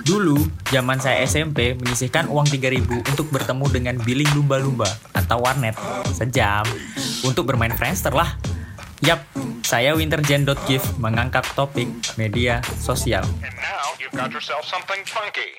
Dulu, zaman saya SMP menyisihkan uang 3.000 untuk bertemu dengan billing lumba-lumba atau warnet sejam untuk bermain Friendster lah. Yap, saya wintergen.gift mengangkat topik media sosial. And now you've got yourself something funky.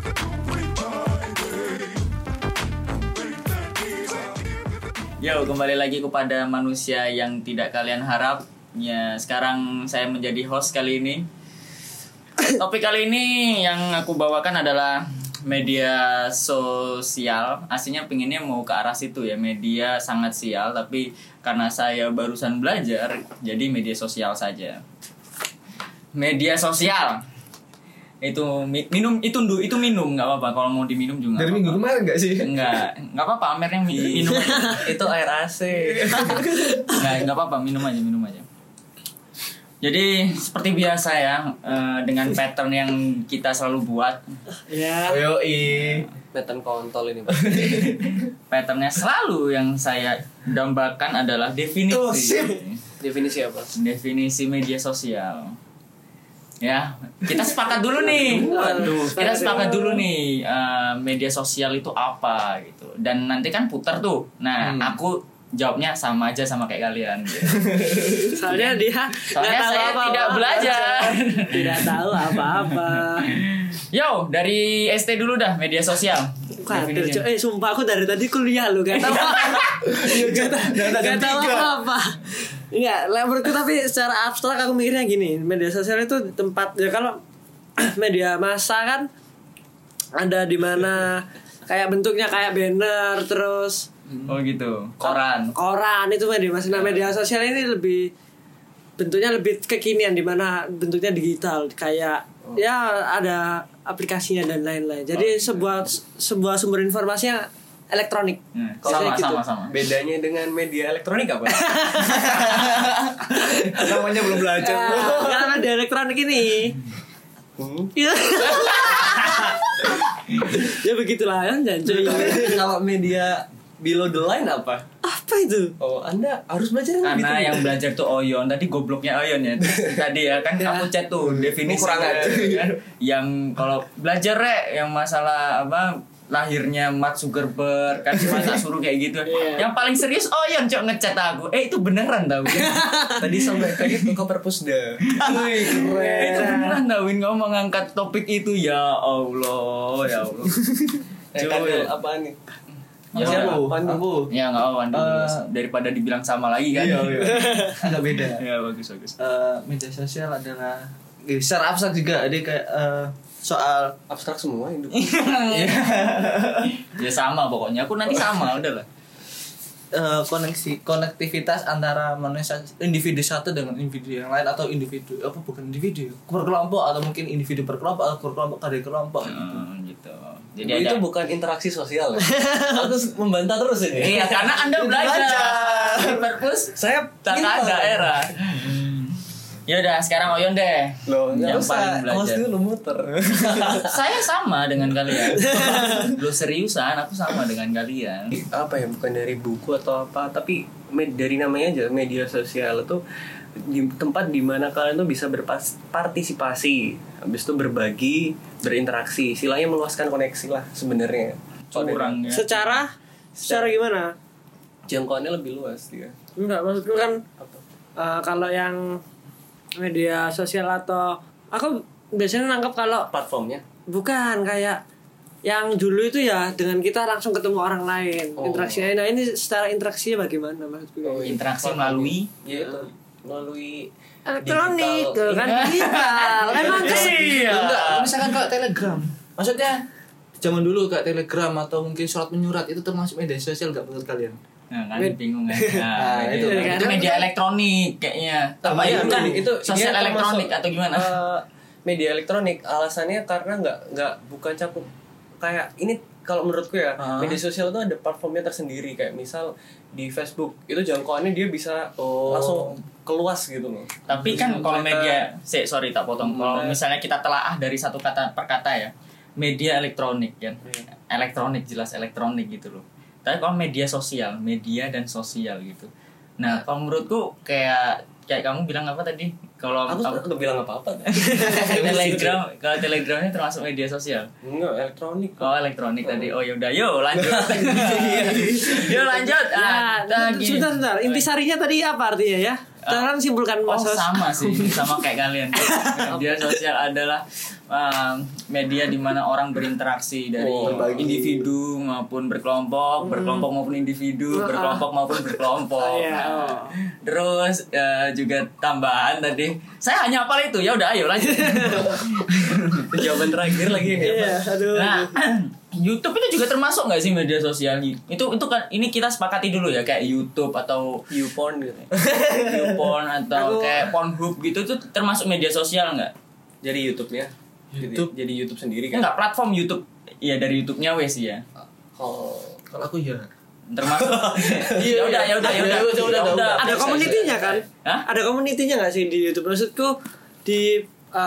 Yo, kembali lagi kepada manusia yang tidak kalian harap. Ya, sekarang saya menjadi host kali ini. Topik kali ini yang aku bawakan adalah media sosial. Aslinya pengennya mau ke arah situ ya, media sangat sial. Tapi karena saya barusan belajar, jadi media sosial saja. Media sosial itu minum itu minum nggak apa-apa, kalau mau diminum juga dari minggu kemarin nggak sih? nggak apa-apa, Amernya minum aja. Itu air AC. nggak apa-apa, minum aja. Jadi seperti biasa ya, dengan pattern yang kita selalu buat. Ya. Yoi. Pattern kontol ini. Patternnya selalu yang saya dambakan adalah definisi. Oh, sip. Definisi apa? Definisi media sosial. Ya, kita sepakat dulu nih. Waduh. Kita sepakat dulu nih, media sosial itu apa gitu. Dan nanti kan putar tuh. Nah, aku jawabnya sama aja sama kayak kalian. Soalnya dia Saya tidak belajar. Tidak tahu apa-apa. Yo, dari ST dulu dah, media sosial. Khawatir, sumpah aku dari tadi kuliah lu gak tahu. Gak tahu apa. Enggak, menurutku tapi secara abstrak aku mikirnya gini, media sosial itu tempat ya, kalau media massa kan ada di mana kayak bentuknya kayak banner terus. Oh gitu, koran Koran itu media massa. Nah, media sosial ini lebih bentuknya lebih kekinian, di mana bentuknya digital kayak ya ada aplikasinya dan lain-lain. Jadi sebuah sumber informasi yang elektronik. Sama. Bedanya dengan media elektronik apa? Namanya belum belajar. Karena media elektronik ini. Ya begitulah kan, janji. Kalau media below the line apa? Apa itu? Oh, Anda harus belajar yang Karena gitu. yang belajar tuh Oyon. Tadi gobloknya Oyon ya. Tadi ya kan aku chat tuh definisi Kurang aja. kan. Yang kalau belajar yang masalah apa lahirnya Mark Zuckerberg kan cuma tak suruh kayak gitu. Yang paling serius Oyon cok ngechat aku. Itu beneran tau. Tadi sampai kayak ke perpusda. Itu beneran tau Win, kamu mengangkat topik itu. Ya Allah. Cuy, apaan nih? Ya, Pandu. Ya nggak apa-apa dulu. Daripada dibilang sama lagi kan. Iya. Agak beda. Ya bagus. Media sosial adalah secara abstrak juga. Ada kayak soal Abstrak semua hidup. Ya sama pokoknya. Aku nanti sama udahlah. konektivitas antara manusia, individu satu dengan individu yang lain, atau individu berkelompok, atau mungkin individu berkelompok atau berkelompok dari kelompok Gitu. Jadi Itu ada. bukan interaksi sosial. Aku membantah terus ini. Iya, karena Anda belajar. Di perpus Saya tak pintar. ada era. Ya udah, sekarang Oyon deh. Loh, yang paling belajar. Host dulu muter. Saya sama dengan kalian. Lo seriusan, aku sama dengan kalian. Apa ya, bukan dari buku atau apa, tapi dari namanya aja media sosial itu di tempat di mana kalian tuh bisa berpartisipasi, habis itu berbagi, berinteraksi, istilahnya meluaskan koneksi lah sebenarnya. Curang ya. Secara gimana? Jangkauannya lebih luas dia. Enggak, maksudku kan kalau yang media sosial atau aku biasanya nangkep kalau Platformnya. bukan kayak yang dulu itu ya dengan kita langsung ketemu orang lain, interaksinya. Nah, ini secara interaksinya bagaimana maksudku? Interaksi melalui Ya itu melalui elektronik digital. kan, digital. Emang Iya. Enggak, misalkan kayak telegram, maksudnya zaman dulu kayak telegram atau mungkin surat menyurat, itu termasuk media sosial nggak menurut kalian? Nah, kan bingung kan. Nah, itu itu. media elektronik kayaknya. Apa ya, Bukan, itu sosial dia elektronik termasuk, atau gimana? Media elektronik alasannya karena bukan cakup kayak ini. Kalau menurutku ya, media sosial itu ada platformnya tersendiri. Kayak misal di Facebook itu jangkauannya dia bisa langsung keluas gitu loh. Tapi kan kalau media, sorry tak potong. Kalau misalnya kita telaah dari satu kata per kata ya, media elektronik kan. Elektronik, jelas elektronik gitu loh. Tapi kalau media sosial, media dan sosial gitu. Nah, kalau menurutku kayak kamu bilang apa tadi? Kalau Aku udah bilang apa-apa. Telegram, kalau Telegramnya termasuk media sosial. Enggak, elektronik. Oh elektronik tadi. Oh ya udah, yuk lanjut. Yuk lanjut. Ya, sebentar. Intisarinya tadi apa artinya ya? Jangan simpulkan Oh Mas. sama sih, sama kayak kalian. Media sosial adalah media di mana orang berinteraksi dari individu maupun berkelompok maupun individu, berkelompok maupun berkelompok. Iya. Nah, terus juga tambahan tadi, saya hanya hafal itu. Ya udah, ayo lanjut. Jawaban terakhir lagi yang Iya, aduh. Nah, YouTube itu juga termasuk nggak sih media sosial? Itu kan ini kita sepakati dulu ya, kayak YouTube atau YouPorn gitu. YouPorn atau kayak Pornhub gitu itu termasuk media sosial nggak? Jadi YouTube-nya. Jadi YouTube sendiri kan. Enggak, platform YouTube. Iya, dari YouTube-nya wes ya. Kalau aku ya. Termasuk. Ya udah. Ada komunitinya kan? Hah? Ada komunitinya nggak sih di YouTube? Maksudku di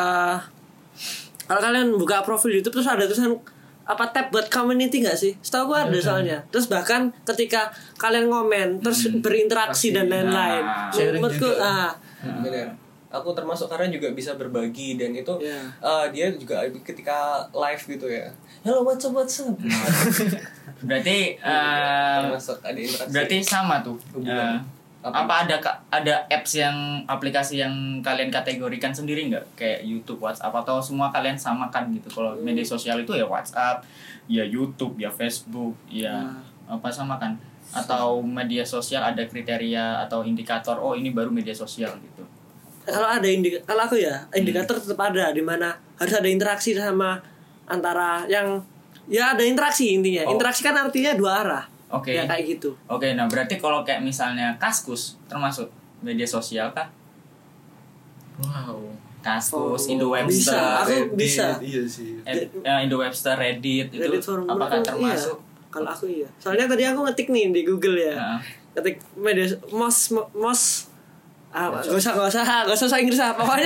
kalau kalian buka profil YouTube terus ada tulisan apa tab buat community nggak sih? Setahu gua ada soalnya. Terus bahkan ketika kalian ngomen terus berinteraksi dan lain-lain. Nah, Menurutku Benar. Aku termasuk karena juga bisa berbagi dan itu Iya. dia juga ketika live gitu ya. Hello, what's up? berarti Termasuk ada interaksi. berarti sama tuh. Hubungan. Apa ada apps yang aplikasi yang kalian kategorikan sendiri nggak, kayak YouTube, WhatsApp, atau semua kalian samakan gitu? Kalau media sosial itu ya WhatsApp, ya YouTube, ya Facebook, ya apa samakan? Atau media sosial ada kriteria atau indikator, oh ini baru media sosial gitu? kalau ada kalau aku ya indikator tetap ada, di mana harus ada interaksi sama antara yang ya ada interaksi intinya. Interaksi kan artinya dua arah. Oke. Ya kayak gitu. Oke, nah berarti kalau kayak misalnya Kaskus termasuk media sosial kah? Wow. Kaskus, Indo Webster, Bisa, aku bisa. Iya sih. Indo Webster, Reddit itu Reddit forum apakah aku termasuk? Iya. Kalau aku iya. Soalnya tadi aku ngetik nih di Google ya. Heeh. Ketik media mos gak usah so Inggris lah pokoknya.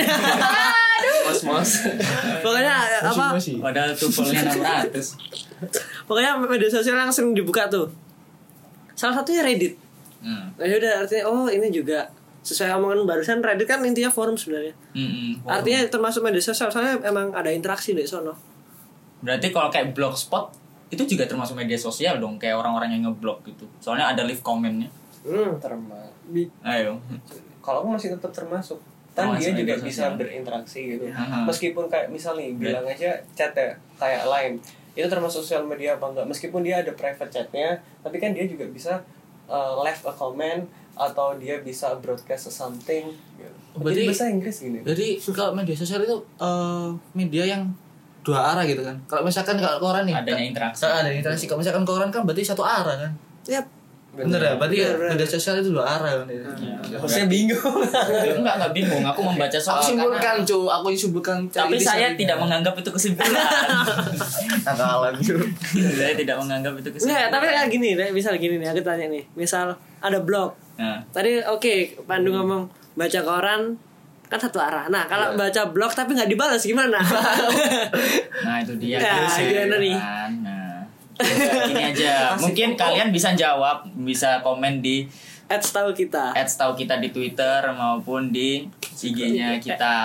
Mos. Pokoknya apa? Padahal tuvelnya 600. Pokoknya media sosial yang sering dibuka tuh. Salah satunya Reddit. Nah, udah artinya ini juga sesuai omongan barusan, Reddit kan intinya forum sebenarnya. Artinya termasuk media sosial soalnya emang ada interaksi di sono. Berarti kalau kayak Blogspot itu juga termasuk media sosial dong, kayak orang-orang yang ngeblog gitu. Soalnya ada live komennya. Termasuk. Ayo. Kalau aku masih tetap termasuk. Kan dia Termasuk juga media bisa sosial. berinteraksi gitu. Aha. Meskipun kayak misalnya bilang aja chat ya, kayak Line. Itu termasuk sosial media apa enggak? Meskipun dia ada private chatnya, tapi kan dia juga bisa left a comment atau dia bisa broadcast something gitu. Berarti- Jadi bahasa Inggris gini. Jadi kalau media sosial itu media yang dua arah gitu kan. Kalau misalkan kalau koran nih Adanya interaksi. ada interaksi. Kalau misalkan koran kan berarti satu arah kan. Yap. Bener ya? Berarti Bener. media sosial itu dua arah kan. Maksudnya bingung. Enggak bingung, aku membaca soal Aku simpulkan, karena- cu. Aku simpulkan. Tapi saya tidak menganggap itu kesimpulan. Nakalan, cu. Saya tidak menganggap itu kesimpulan. Enggak, tapi kayak gini deh, misal gini nih, aku tanya nih. Misal ada blog. Nah, Tadi oke, Pandu ngomong baca koran kan satu arah. Nah, kalau baca blog tapi nggak dibalas gimana? nah itu dia. Ya, Gitu sih, gimana nih? kan. Nah, ini aja. Mungkin kalian bisa jawab, bisa komen di Ads tahu kita. @setahu kita di Twitter maupun di IG-nya kita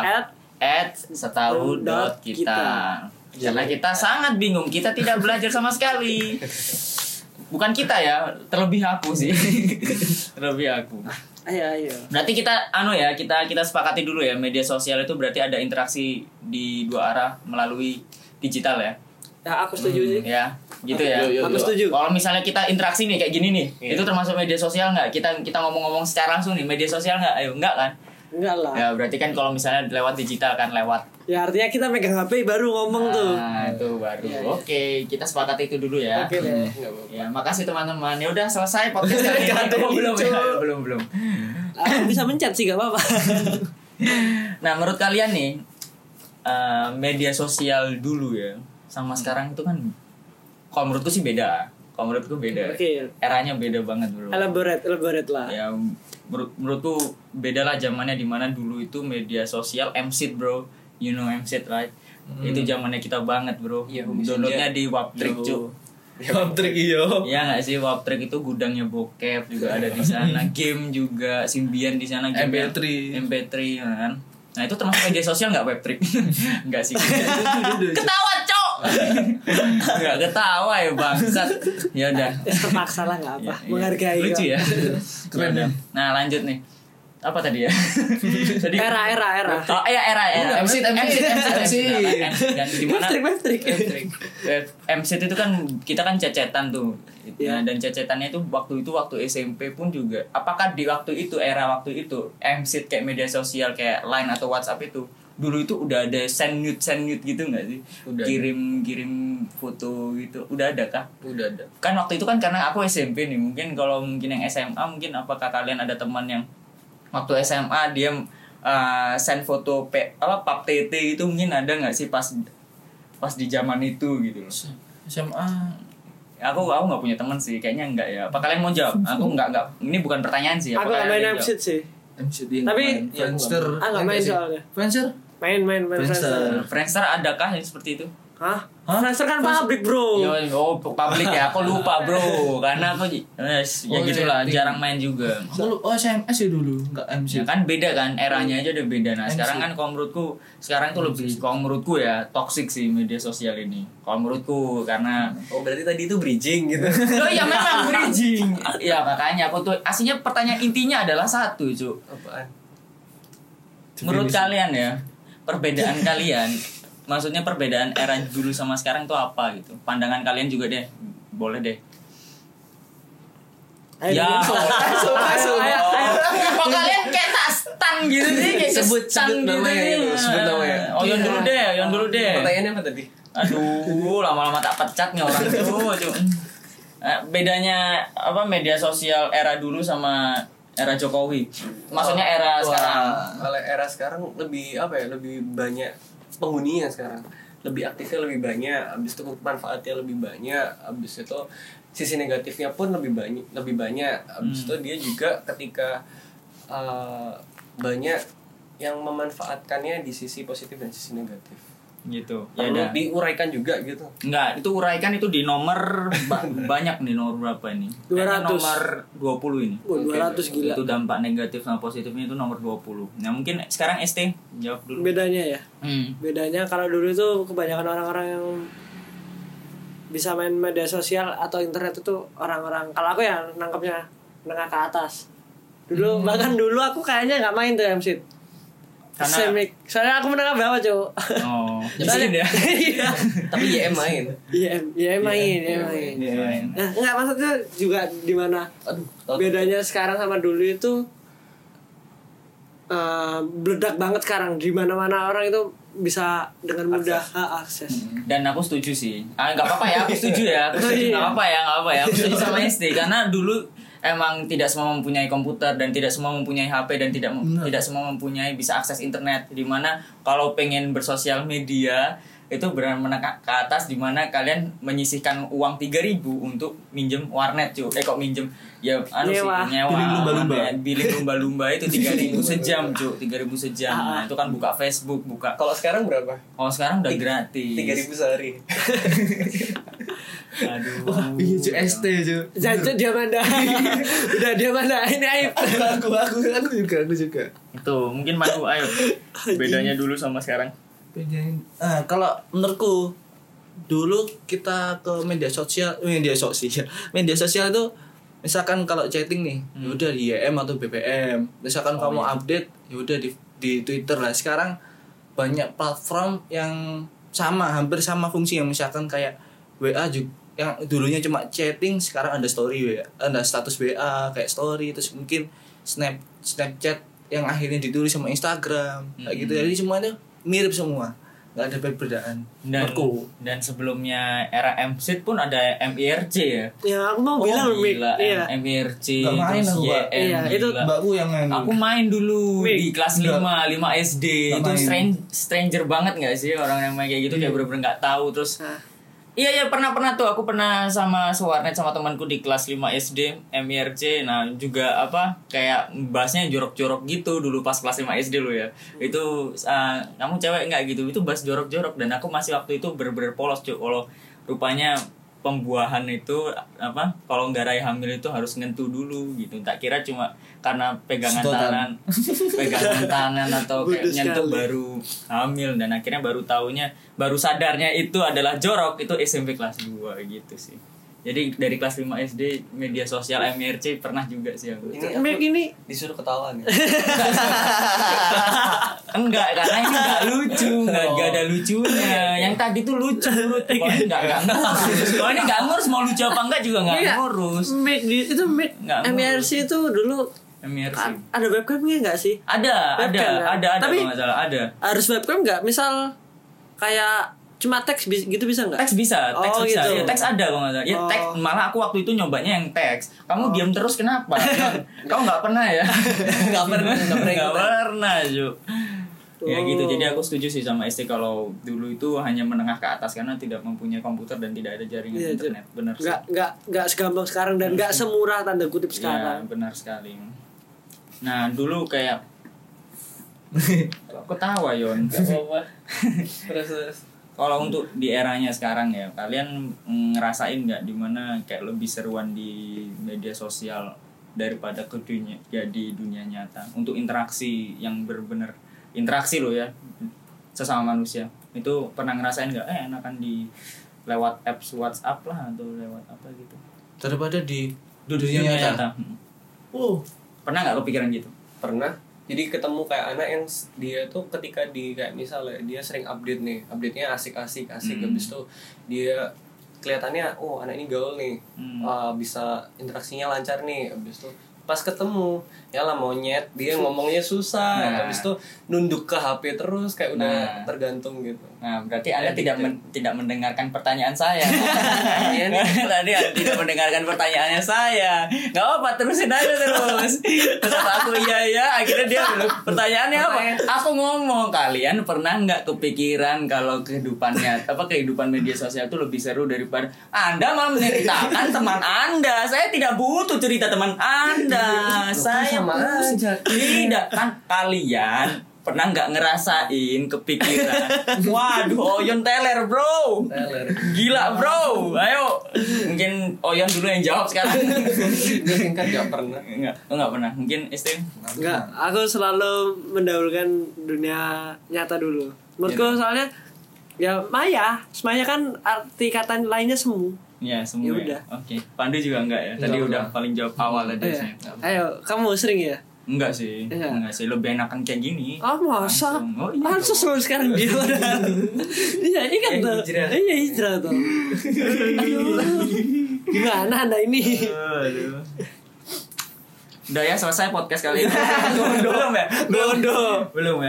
@setahu.kita. Karena kita sangat bingung, kita tidak belajar sama sekali. Bukan kita ya, terlebih aku sih. Terlebih aku. Ayo. Berarti kita kita sepakati dulu ya, media sosial itu berarti ada interaksi di dua arah melalui digital ya. Ya, aku setuju sih. Ya, gitu ya. Aku setuju. Kalau misalnya kita interaksi nih kayak gini nih, itu termasuk media sosial nggak? Kita ngomong-ngomong secara langsung nih, media sosial nggak? Ayo, enggak kan? Enggak lah. Ya berarti kan kalau misalnya lewat digital kan lewat. Ya artinya kita megang HP baru ngomong tuh. Nah, itu baru. Iya. Oke, kita sepakati itu dulu ya. Oke deh. Ya, makasih teman-teman. Ya udah selesai podcast kali ini. Belum. Aku bisa mencet sih gak apa-apa. Nah, menurut kalian nih media sosial dulu ya sama sekarang itu kan kalau menurutku sih beda. Kalau menurutku beda. Oke. Eranya beda banget, Bro. Elaborate lah. Ya menurutku beda lah zamannya, dimana dulu itu media sosial MSit, bro. You know MSit, right? Itu zamannya kita banget, bro. Iya, downloadnya di Waptrick, cu. Trik iyo. Iya nggak sih, Waptrick itu gudangnya bokep juga ada di sana, game juga Symbian di sana, game MP3. MP3 kan. Nah itu termasuk media sosial nggak Web3? Enggak sih. Ketawa cok. Nggak ketawa ya bangsat. Ya udah. Terpaksa lah nggak apa. Ya, Menghargai. lucu ya. Keren ya. Nah lanjut nih. Apa tadi ya? Tadi Era. Oh iya era. MC. Dan di mana Web3. MC itu kan kita kan cecetan tuh. Iya. Nah, dan cecetannya itu waktu SMP pun juga. Apakah di waktu itu waktu itu MC kayak media sosial kayak Line atau WhatsApp itu dulu itu udah ada send nude gitu nggak sih? Udah. Kirim foto gitu. Udah ada kah? Udah ada. Kan waktu itu kan karena aku SMP nih. Mungkin kalau yang SMA mungkin apakah kalian ada teman yang waktu SMA dia send foto pap TT itu mungkin ada nggak sih pas di zaman itu gitu loh. SMA Aku nggak punya teman sih, kayaknya enggak ya. Apa kalian mau jawab? Aku enggak. Ini bukan pertanyaan sih. Aku nggak main MC sih. Tapi Friendster nggak main soalnya. Friendster Main Friendster. Friendster adakah yang seperti itu? Hah? Friendster kan public bro. Publik ya. Aku lupa bro, karena aku ya gitulah, jarang main juga. Aku SMS ya dulu, enggak MC. Ya kan beda kan, eranya aja udah beda. Nah sekarang kan kalau menurutku ya toxic sih media sosial ini. Kalau menurutku karena berarti tadi itu bridging gitu. oh iya memang bridging. Ya makanya aku tuh aslinya pertanyaan intinya adalah satu cu. Apaan? Menurut kalian ya perbedaan kalian, maksudnya perbedaan era dulu sama sekarang tuh apa gitu? Pandangan kalian juga deh, boleh deh. Ayo. Kok kalian kayak tak stun gitu sih, kayak Sebut stun namanya gitu, sebut namanya. Oh, Yon dulu deh. Pertanyaannya apa tadi? Aduh, lama-lama tak pecat nih orang tuh. Bedanya apa media sosial era dulu sama era Jokowi? Maksudnya era sekarang. Kalau era sekarang lebih apa ya? Lebih banyak penghuninya sekarang. Lebih aktifnya lebih banyak, habis itu manfaatnya lebih banyak, habis itu sisi negatifnya pun lebih banyak. Habis itu dia juga ketika banyak yang memanfaatkannya di sisi positif dan sisi negatif. Gitu. Perlu Ya diuraikan juga gitu. enggak, itu uraikan itu di nomor banyak nih, nomor berapa ini? 200. Nomor 20 ini. 200 gila. Itu dampak negatif sama positifnya itu nomor 20. Nah, mungkin sekarang ST jawab dulu. Bedanya ya. Hmm. Bedanya kalau dulu itu kebanyakan orang-orang yang bisa main media sosial atau internet itu orang-orang, kalau aku ya nangkepnya menengah ke atas. Dulu bahkan dulu aku kayaknya nggak main tuh MC. Karena Soalnya aku menengah bawah, Cuk. oh, Soalnya ya. iya. Tapi YM main. Iya main. Nah, enggak maksudnya juga di mana bedanya sekarang sama dulu itu meledak banget sekarang, di mana-mana orang itu bisa dengan mudah akses. Dan aku setuju sih. Enggak apa-apa ya, aku setuju ya. Aku setuju, enggak apa-apa ya. Aku setuju sama SD karena dulu emang tidak semua mempunyai komputer dan tidak semua mempunyai HP dan tidak semua mempunyai bisa akses internet, di mana kalau pengen bersosial media itu benar menekan ke atas, di mana kalian menyisihkan uang 3.000 untuk minjem warnet cuy. Kok minjem ya nyewa. Billing lumba-lumba itu 3.000 sejam cuy, 3.000 sejam. Nah, itu kan buka Facebook, buka. Kalau sekarang berapa? Oh, sekarang udah gratis. 3.000 sehari. Aduh. Iya cu ST cu. Jangan dia mana. Udah dia mana. Ini aib. Aku juga. Itu mungkin Manu, ayo. Bedanya dulu sama sekarang. Kalau menurutku dulu kita ke media sosial itu misalkan kalau chatting nih ya udah di YM atau BBM. Misalkan kamu update ya udah di Twitter lah. Sekarang banyak platform yang hampir sama fungsi, yang misalkan kayak WA juga, yang dulunya cuma chatting sekarang ada story WA, ada status WA kayak story, terus mungkin Snapchat yang akhirnya ditulis sama Instagram kayak gitu. Jadi semuanya mirip semua, nggak ada perbedaan. Dan sebelumnya era MC pun ada MIRC ya. Ya aku mau bilang iya. MIRC. Gak main aku, Mbak. Iya, itu mbakku yang main. Aku main dulu di kelas 5 SD. Itu stranger banget nggak sih orang yang main kayak gitu, kayak bener-bener nggak tahu terus. Iya pernah tuh, aku pernah sama sewarnet sama temanku di kelas 5 SD MIRC. Nah juga apa kayak bahasnya jorok-jorok gitu dulu pas kelas 5 SD lo ya. Itu kamu cewek nggak gitu, itu bahas jorok-jorok, dan aku masih waktu itu bener-bener polos cuy. Kalau rupanya pembuahan itu apa kalau nggak raih hamil itu harus ngentu dulu gitu. Tak kira cuma karena pegangan tangan atau kayak nyentuh baru hamil, dan akhirnya baru sadarnya itu adalah jorok itu SMP kelas 2 gitu sih. Jadi dari kelas 5 SD media sosial MRC pernah juga sih aku. Ini disuruh ketawa nih. Enggak, karena ini enggak lucu, enggak ada lucunya. Yang tadi tuh lucu menurut enggak ngurus. Kalau ini enggak ngurus mau lucu apa enggak juga enggak ngurus. Itu MRC itu dulu MRC. Ada webcamnya enggak sih? Ada Tapi kalau enggak salah ada. Harus webcam enggak? Misal kayak cuma teks gitu bisa nggak? Teks bisa. Gitu. Ya, teks ada kalau nggak salah. Ya teks, malah aku waktu itu nyobanya yang teks. Kamu diam terus kenapa? Kau nggak pernah ya? Nggak pernah Ju. Ya gitu. Jadi aku setuju sih sama ST kalau dulu itu hanya menengah ke atas karena tidak mempunyai komputer dan tidak ada jaringan internet. Benar sih. Nggak segampang sekarang dan nggak semurah tanda kutip sekarang. Ya, benar sekali. Nah dulu kayak aku tawa Yon. Terus kalau untuk di eranya sekarang ya, kalian ngerasain nggak dimana kayak lebih seruan di media sosial daripada di dunia nyata untuk interaksi yang benar-benar interaksi loh ya sesama manusia. Itu pernah ngerasain nggak? Enakan di lewat apps WhatsApp lah atau lewat apa gitu daripada di dunia nyata. Pernah nggak kepikiran gitu? Pernah. Jadi ketemu kayak anak yang dia tuh ketika di kayak misalnya dia sering update-nya asik-asik habis itu dia kelihatannya anak ini gaul nih, bisa interaksinya lancar nih, habis itu pas ketemu ya lah monyet dia ngomongnya susah, habis itu nunduk ke HP terus kayak udah tergantung gitu. Nah berarti Anda tidak mendengarkan pertanyaan saya. Tadi Anda tidak mendengarkan pertanyaannya saya. Gak apa-apa, terusin aja terus. Terus aku iya akhirnya dia bilang pertanyaannya apa? Aku ngomong kalian pernah nggak kepikiran kalau kehidupan media sosial itu lebih seru daripada Anda malah menceritakan teman Anda. Saya tidak butuh cerita teman Anda. Saya sama aja. Tidak kan kalian pernah nggak ngerasain kepikiran waduh Oyon teler bro gila bro ayo mungkin Oyon dulu yang jawab sekarang. Gue singkat nggak pernah. Nggak pernah mungkin Istin nggak, aku selalu mendahulukan dunia nyata dulu menurutku soalnya ya Maya kan arti kata lainnya semu. Ya semua. Ya udah. Oke. Pandu juga enggak ya? Tadi udah paling jawab awal tadi saya. Ayo, kamu sering ya? Enggak sih. Lebih enakan kayak gini. Oh, masa? Oh, iya. Masa selalu sekarang dia. Iya, ingat tuh. Iya, hijrah tuh. Gimana Anda ini? Aduh. Udah ya selesai podcast kali ini. Belum ya.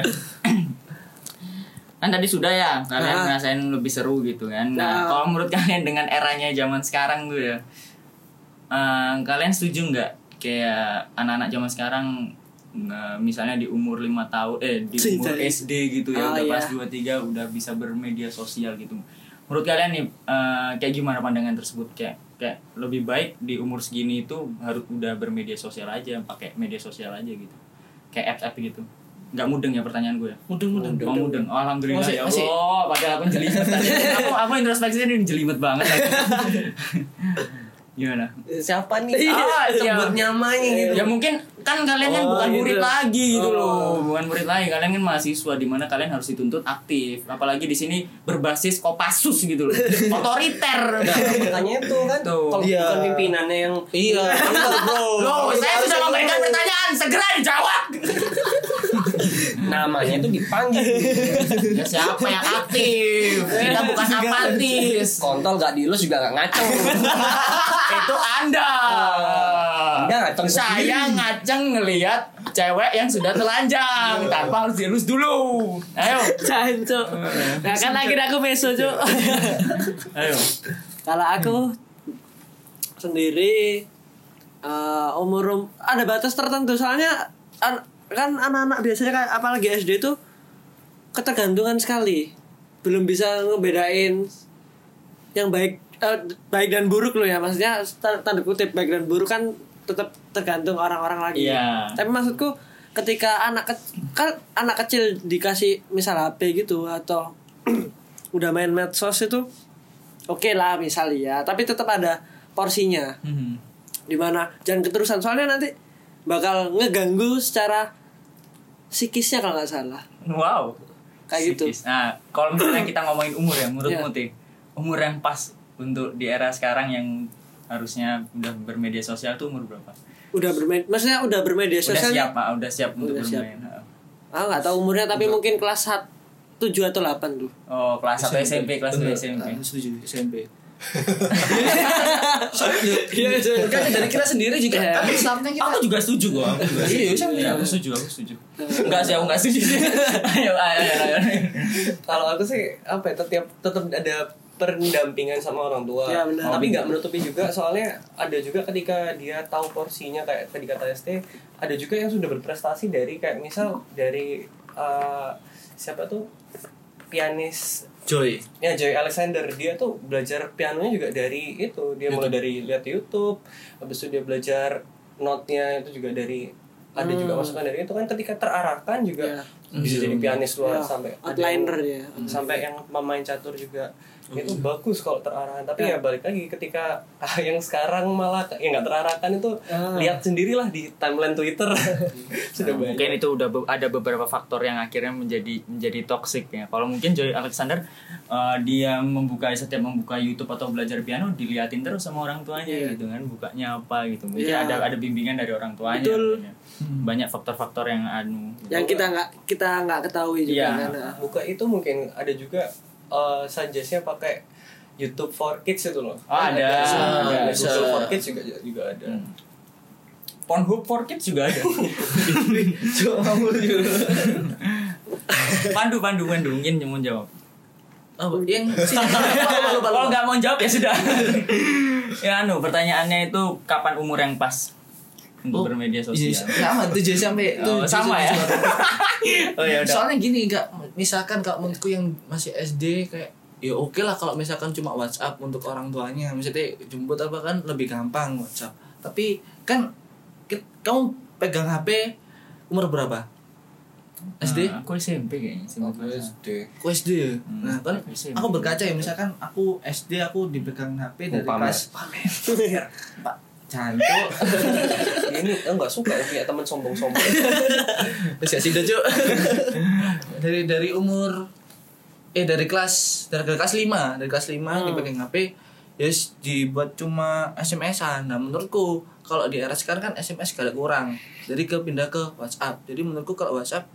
Kan tadi sudah ya kalian ngerasain lebih seru gitu kan. Nah kalau menurut kalian dengan eranya zaman sekarang tuh ya, kalian setuju nggak kayak anak-anak zaman sekarang misalnya di umur 5 tahun di umur SD gitu ya udah kelas 2-3 udah bisa bermedia sosial gitu. Menurut kalian nih kayak gimana pandangan tersebut? Kayak lebih baik di umur segini itu harus udah bermedia sosial aja, pakai media sosial aja gitu. Kayak apps gitu. Nggak mudeng ya pertanyaan gue ya? Mudeng. Oh, alhamdulillah ya Allah. Padahal aku jelimet tadi. Aku introspeksi ini jelimet banget. Gimana? Siapa nih? Sebut nyamanya gitu. Ya mungkin kan kalian kan bukan murid lagi gitu loh. Bukan murid lagi, kalian kan mahasiswa di mana kalian harus dituntut aktif. Apalagi di sini berbasis Kopassus gitu loh. Otoriter. Makanya itu kan kalau bukan pimpinannya yang bro. Loh, saya sudah memberikan pertanyaan, segera dijawab. Namanya tuh dipanggil. Ya siapa yang aktif? Kita bukan apatis. Kontol gak dielus juga gak ngaceng. Itu Anda ngaceng. Saya ngaceng ngelihat cewek yang sudah telanjang tanpa harus dielus dulu. Ayo. Cancuk. Nah kan akhirnya aku meso Cuk. Ayo. Kalau aku sendiri umur ada batas tertentu soalnya kan anak-anak biasanya kayak apalagi SD itu ketergantungan sekali, belum bisa ngebedain yang baik dan buruk loh ya, maksudnya tanda kutip baik dan buruk kan tetap tergantung orang-orang lagi. Tapi maksudku ketika anak kecil dikasih misal HP gitu atau udah main medsos itu oke lah misal ya, tapi tetap ada porsinya. Dimana jangan keterusan, soalnya nanti bakal ngeganggu secara psikisnya kalau nggak salah. Wow. Kayak gitu. Psikis. Nah, kalau misalnya kita ngomongin umur ya, menurutmu Tih, umur yang pas untuk di era sekarang yang harusnya udah bermedia sosial tuh umur berapa? Maksudnya udah bermedia Udah sosial. udah siap untuk Udah siap. bermain. Nggak tahu umurnya, tapi mungkin kelas 7 atau 8 tuh. Oh, kelas 1 SMP, kelas 2 SMP. Setuju SMP. Iya, Kan dari kita sendiri juga kan staffnya kita. Aku juga setuju kok. Aku setuju. Enggak sih, aku enggak setuju sih. Ayo. Kalau aku sih apa ya, tetap ada pendampingan sama orang tua. Ya, benar. Tapi nggak menutupi juga, soalnya ada juga ketika dia tahu porsinya, kayak tadi kata ST, ada juga yang sudah berprestasi dari kayak misal dari siapa tuh pianis Joy. ya, Joy Alexander. Dia tuh belajar pianonya juga dari itu, dia mulai dari lihat YouTube, habis itu dia belajar notnya itu juga dari ada juga masukan dari itu kan, ketika terarahkan juga bisa jadi pianis luar sampai ada outliner yang- ya. sampai yang pemain catur juga. Itu bagus kalau terarahkan, tapi ya balik lagi ketika yang sekarang malah yang nggak terarahkan itu lihat sendirilah di timeline Twitter. Sudah banyak. Mungkin itu udah ada beberapa faktor yang akhirnya menjadi toksik ya. Kalau mungkin Joy Alexander dia setiap membuka YouTube atau belajar piano diliatin terus sama orang tuanya gitu kan, bukanya apa gitu. Mungkin ada bimbingan dari orang tuanya. Betul. Ya. Banyak faktor-faktor yang Yang kita nggak ketahui juga Iya. kan. Buka itu mungkin ada juga suggest-nya pakai YouTube for Kids itu loh. Oh, ada. Bisa. Google for Kids juga ada. Pornhub for Kids juga ada. Pandu mungkin mau jawab. Oh, yang Kalau nggak mau jawab ya sudah. Ya pertanyaannya itu kapan umur yang pas untuk bermedia sosial? Sama 7 sampai Sama ya. Oh ya udah. Soalnya gini, enggak misalkan kalau menurutku yang masih SD kayak ya oke lah kalau misalkan cuma WhatsApp untuk orang tuanya, misalnya jemput apa kan lebih gampang WhatsApp. Tapi kan kamu pegang HP umur berapa? SD? Aku SMP kayaknya. Aku SD ya? Nah kan SMP. aku berkaca ya, misalkan aku SD aku dipegang HP dari kelas pamer Pak Janto. Ini enggak suka ya punya teman sombong-sombong. Masih sih Cuk. dari umur dari kelas 5 dipegang HP yes dibuat cuma SMS-an. Nah menurutku kalau di era sekarang kan SMS gak ada kurang, jadi pindah ke WhatsApp. Jadi menurutku kalau WhatsApp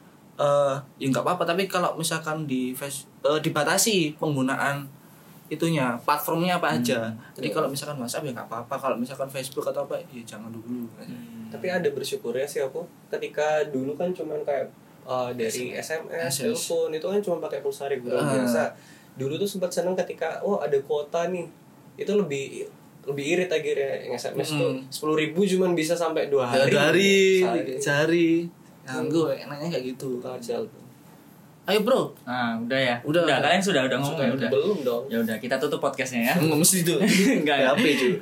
ya nggak apa-apa, tapi kalau misalkan dibatasi penggunaan itunya, platformnya apa aja. Jadi kalau misalkan WhatsApp ya nggak apa-apa, kalau misalkan Facebook atau apa ya jangan dulu. Tapi ada bersyukurnya sih aku, ketika dulu kan cuman kayak dari SMS, telepon itu kan cuma pakai pulsa reguler biasa. Dulu tuh sempat seneng ketika ada kuota nih, itu lebih irit akhirnya. Yang SMS tuh 10.000 cuman bisa sampai 2 hari. Sehari. Gue enaknya kayak gitu. Kacau. Ayo bro. Nah, udah ya. Udah. Kalian sudah ngomong ya udah. Belum dong. Ya udah, kita tutup podcastnya ya. Nggak mesti itu. Enggak. HP cuy.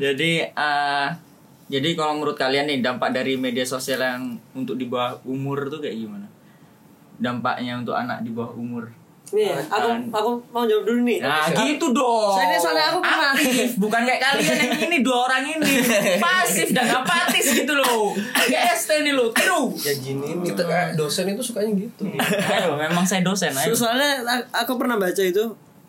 Jadi kalau menurut kalian nih dampak dari media sosial yang untuk di bawah umur tuh kayak gimana? Dampaknya untuk anak di bawah umur. Nih, aku mau jawab dulu nih. Nah, gitu dong. Soalnya aku pernah. Aktif, bukan kayak kalian yang ini, 2 orang ini pasif dan apatis gitu loh. Kayak ST nih loh, tiru. Ya gini kita dosen itu sukanya gitu. Ayo, memang saya dosen ayo. Soalnya aku pernah baca itu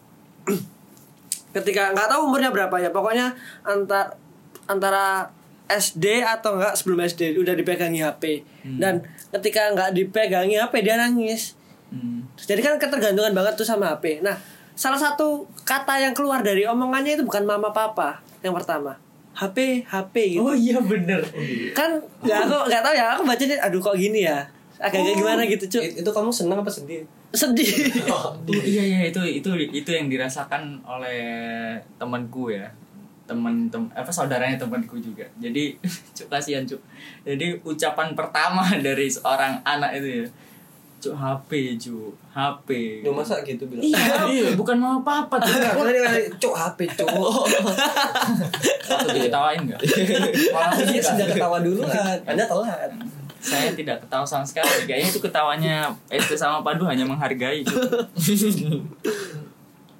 ketika nggak tahu umurnya berapa ya, pokoknya antara SD atau enggak sebelum SD udah dipegangi HP. Dan ketika nggak dipegangi HP dia nangis. Jadi kan ketergantungan banget tuh sama HP. Nah, salah satu kata yang keluar dari omongannya itu bukan mama papa yang pertama, HP gitu. Oh iya bener. Kan aku nggak tahu ya, aku bacanya aduh kok gini ya, agak-agak gimana gitu Cuk. Itu kamu senang apa sedih? Sedih. Iya itu yang dirasakan oleh temanku ya. Saudaranya temanku juga. Jadi Cuk, kasihan Cuk. Jadi ucapan pertama dari seorang anak itu ya, Cuk, HP. Lu masa gitu bilang? Iya, bukan mau apa-apa tuh. Cuk, HP cuk. Atau diketawain enggak? Malah Dia sudah ketawa duluan. Anda telat. saya tidak ketawa sama sekali. Kayaknya itu ketawanya ST sama Padu hanya menghargai. Cuk.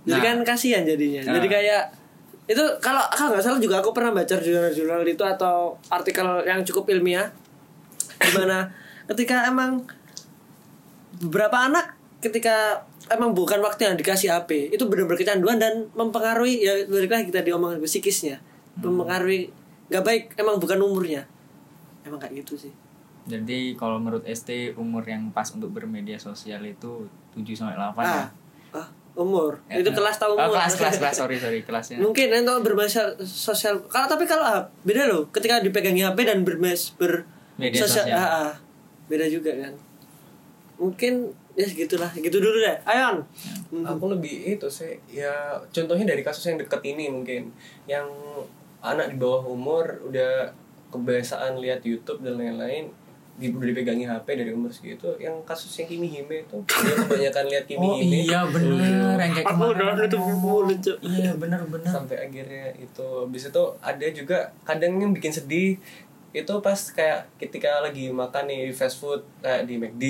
Jadi Nah. kan kasihan jadinya. Nah. Jadi kayak itu kalau nggak salah juga aku pernah baca jurnal-jurnal itu atau artikel yang cukup ilmiah, dimana ketika emang beberapa anak ketika emang bukan waktu yang dikasih HP itu benar-benar kecanduan dan mempengaruhi, ya balik lagi kita diomongin psikisnya, mempengaruhi nggak baik, emang bukan umurnya, emang kayak gitu sih. Jadi kalau menurut ST umur yang pas untuk bermedia sosial itu 7-8 ya. Umur Ya, itu kelas tahu umur. kelas sorry kelasnya. Mungkin untuk bermedia sosial kalau beda loh ketika dipegangi HP dan Media sosial. beda juga kan. Mungkin ya segitulah, gitu dulu deh. Ayon. Aku lebih itu sih ya, contohnya dari kasus yang deket ini mungkin, yang anak di bawah umur udah kebiasaan lihat YouTube dan lain-lain, udah dipegangi HP dari umur segitu. Yang kasus yang Kimi Hime itu dia kebanyakan lihat Kimi Hime. Iya bener yang kayak Aku kemarin. udah nutup mulut, Cuk. Iya bener. Sampai akhirnya itu habis itu ada juga kadang yang bikin sedih itu pas kayak ketika lagi makan nih fast food kayak di McD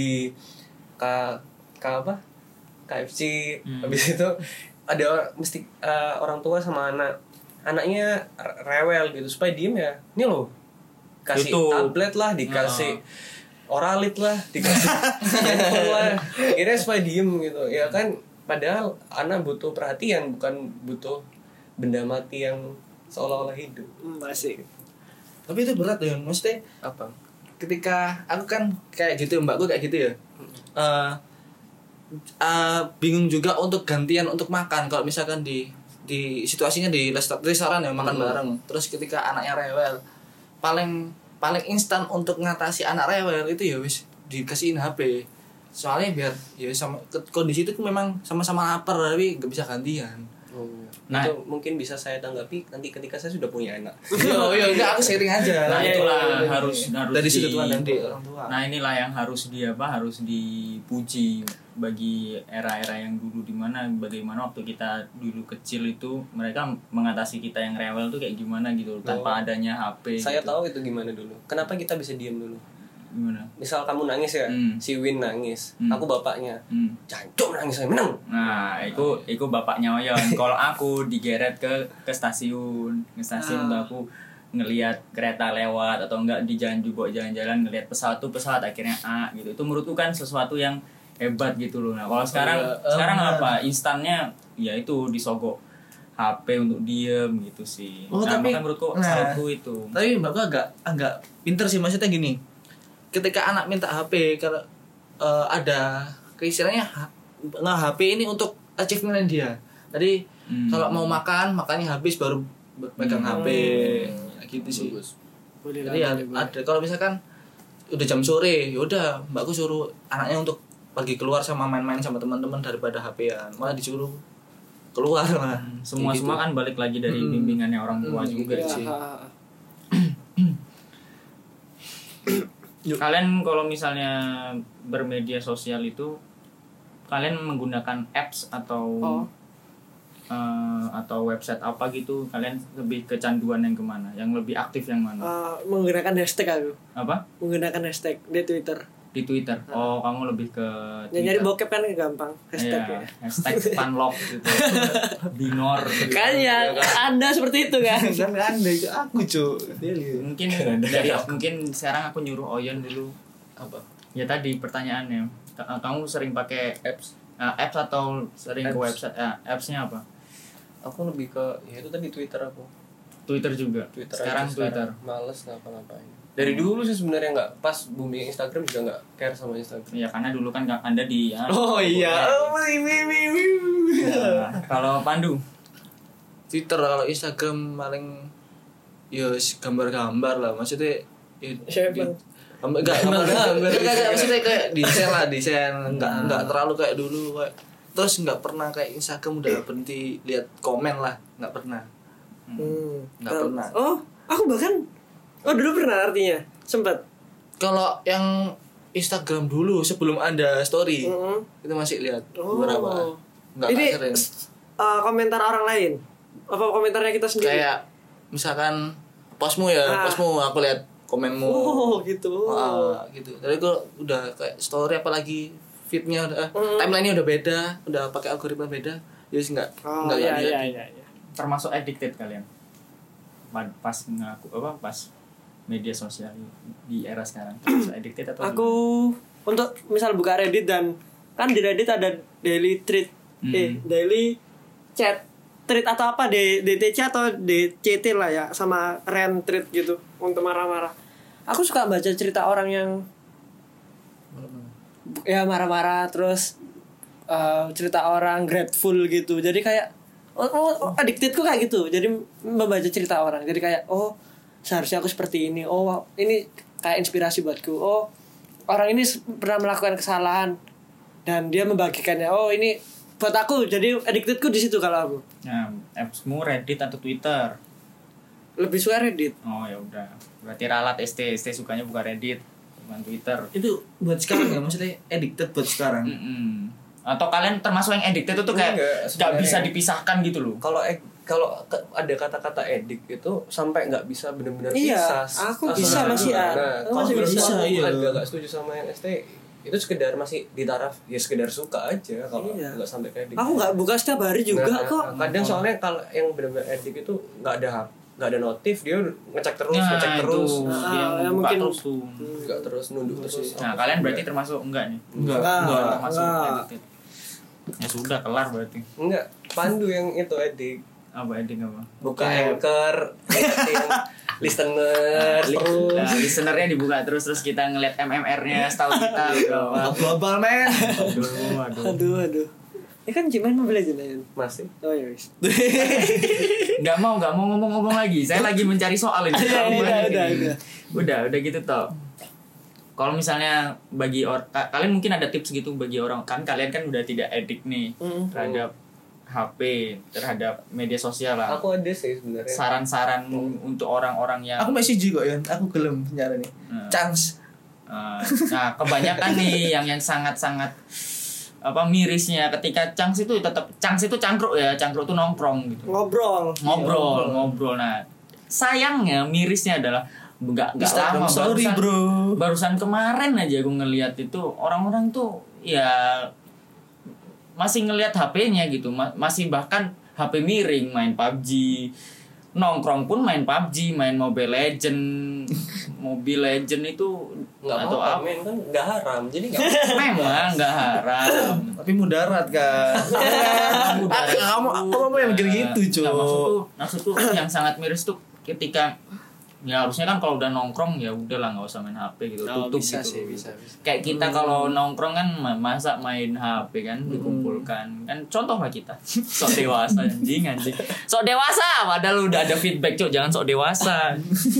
apa KFC, habis itu ada mesti orang tua sama anaknya rewel gitu supaya diem ya, ini loh kasih YouTube. tablet lah, dikasih oralit lah, dikasih handphone lah, akhirnya supaya diem gitu ya kan, padahal anak butuh perhatian, bukan butuh benda mati yang seolah-olah hidup. Masih. Tapi itu berat ya, maksudnya Apa? ketika aku kan kayak gitu, mbakku kayak gitu ya. Bingung juga untuk gantian untuk makan kalau misalkan di situasinya di restoran ya, makan bareng. Terus ketika anaknya rewel, paling instan untuk ngatasi anak rewel itu ya wis dikasihin HP. Soalnya biar ya sama kondisi itu memang sama-sama lapar tapi nggak bisa gantian. Nah. Itu mungkin bisa saya tanggapi nanti ketika saya sudah punya anak. Iya, enggak aku sharing aja. Nah itulah Iya. harus dari sudut pandang orang tua. Nah inilah yang harus harus dipuji bagi era-era yang dulu, dimana bagaimana waktu kita dulu kecil itu mereka mengatasi kita yang rewel tuh kayak gimana gitu tanpa adanya HP. Saya gitu. tahu itu gimana dulu. Kenapa kita bisa diam dulu? Gimana? Misal kamu nangis ya, si Win nangis, aku bapaknya, jancuk nangis saya menang. Nah, itu bapaknya Oyon. Kalau aku digeret ke stasiun untuk aku ngelihat kereta lewat atau enggak di jalan juga jalan-jalan ngelihat pesawat akhirnya gitu. Itu menurutku kan sesuatu yang hebat gitu loh. Nah, kalau sekarang apa? Instannya ya itu disogok HP untuk diem gitu sih. Tapi makanya menurutku itu. Tapi mbakku agak pinter sih, maksudnya gini. Ketika anak minta HP, kalau ada keistilahnya HP ini untuk achievement dia. Jadi kalau mau makannya habis baru pegang HP, gitu sih. Boleh Jadi lah, ya boleh. ada, kalau misalkan udah jam sore, yaudah mbakku suruh anaknya untuk pergi keluar sama main-main sama teman-teman daripada HP-an. Malah disuruh keluar lah. Semua Kayak gitu. kan balik lagi dari bimbingannya orang tua juga Ya, sih. Kalian kalau misalnya bermedia sosial itu kalian menggunakan apps atau website apa gitu, kalian lebih kecanduan yang kemana? Yang lebih aktif yang mana? Menggunakan hashtag aku. Apa? Menggunakan hashtag di Twitter. Di Twitter. Oh, kamu lebih ke Ya, Twitter. nyari bokep kan gampang. Hashtag Iya, ya. hashtag panlok gitu. Binor gitu. Kan ya, Anda seperti itu kan. Kan anda itu aku cuy. Mungkin sekarang aku nyuruh Oyon dulu. Apa? Ya tadi pertanyaannya, kamu sering pakai Apps. apps atau sering ke Apps. website? Appsnya apa? Aku lebih ke ya itu tadi Twitter aku. Twitter juga. Twitter Sekarang aja Twitter. Males ngapa-ngapain. Dari dulu sih sebenarnya nggak, pas booming Instagram juga nggak care sama Instagram. Ya karena dulu kan Anda di Oh iya. Nah, kalau Pandu Twitter, kalau Instagram paling ya gambar-gambar lah, maksudnya ya, Siapa? enggak maksudnya kayak desain enggak terlalu kayak dulu kayak, terus enggak pernah kayak Instagram udah berhenti lihat komen lah, enggak pernah. Nggak pernah. Oh, aku bahkan dulu pernah artinya. Sempat. Kalau yang Instagram dulu sebelum ada story itu masih lihat beberapa. Enggak Ini sering. komentar orang lain. Apa komentarnya kita sendiri? Kayak misalkan postmu aku lihat komenmu. Oh, gitu. Gitu. Jadi gue udah kayak story apalagi feednya udah timeline-nya udah beda, udah pakai algoritma beda. Yes enggak. Oh Enggak iya lihat. iya. Termasuk addicted kalian pas ngaku apa pas media sosial di era sekarang termasuk addicted atau Aku untuk misal buka Reddit dan kan di Reddit ada daily thread, daily chat thread atau apa DTC atau DCT lah ya, sama rant thread gitu untuk marah-marah. Aku suka baca cerita orang yang ya marah-marah terus cerita orang grateful gitu. Jadi kayak addictedku kayak gitu. Jadi membaca cerita orang. Jadi kayak seharusnya aku seperti ini. Ini kayak inspirasi buatku. Orang ini pernah melakukan kesalahan dan dia membagikannya. Ini buat aku. Jadi addictedku di situ kalau aku. Nah, appsmu Reddit atau Twitter? Lebih suka Reddit. Oh ya udah. Berarti ralat ST sukanya buka Reddit, bukan Twitter. Itu buat sekarang ya, maksudnya addicted buat sekarang. Atau kalian termasuk yang addicted itu kayak nggak bisa dipisahkan gitu loh? Kalau ada kata-kata edik itu sampai nggak bisa benar-benar Iya, pisah. aku bisa masih Nah, aku masih kalau bisa, aku iya. agak nggak setuju sama yang ST itu sekedar masih di taraf ya sekedar suka aja kalau Iya. nggak sampai kayak edik. Aku nggak buka setiap hari juga kok. Kadang soalnya kalau yang benar-benar edik itu nggak ada notif, dia ngecek terus. Dia ya buka mungkin. terus tuh. Nggak terus nunduk terus. Nah, kalian berarti termasuk enggak nih? Enggak. Termasuk Enggak. addicted. Ya sudah kelar berarti. Enggak, Pandu yang itu edik. Apa addicted apa? Buka Anchor, yang listener terus. Nah, listenernya dibuka terus kita ngeliat MMR-nya setahu kita gitu. Global man. Aduh. Ini kan Jiman Mobile Legends ya. Masih. Oh iya wis. Nggak mau ngomong-ngomong lagi. Saya lagi mencari soal ini. Udah. Udah gitu toh. Kalau misalnya bagi kalian mungkin ada tips gitu bagi orang kan kalian kan udah tidak edik nih terhadap HP, terhadap media sosial lah. Aku ada sih sebenarnya. Saran-saran untuk orang-orang yang Aku masih juga ya, aku gelem nyara nih. Chance. nah kebanyakan nih yang sangat-sangat mirisnya ketika Changs itu cangkruk ya, cangkruk itu nongkrong gitu. Ngobrol. Nah, sayangnya mirisnya adalah nggak lama barusan kemarin aja aku ngelihat itu orang-orang tuh ya masih ngelihat HP-nya gitu, masih bahkan HP miring main PUBG, nongkrong pun main PUBG, main Mobile Legend itu Nggak atau apa-apa, apa? men, kan nggak haram, jadi nggak Memang nggak haram. Tapi mudarat kan. Kamu yang jadi gitu, Nah, Cuk. maksudku yang sangat miris tuh ketika ya harusnya kan kalau udah nongkrong ya udahlah nggak usah main HP gitu, tutup bisa gitu. sih, bisa. Kayak kita kalau nongkrong kan masa main HP kan dikumpulkan kan contoh lah kita sok dewasa anjing sok dewasa padahal udah ada feedback Cuk, jangan sok dewasa.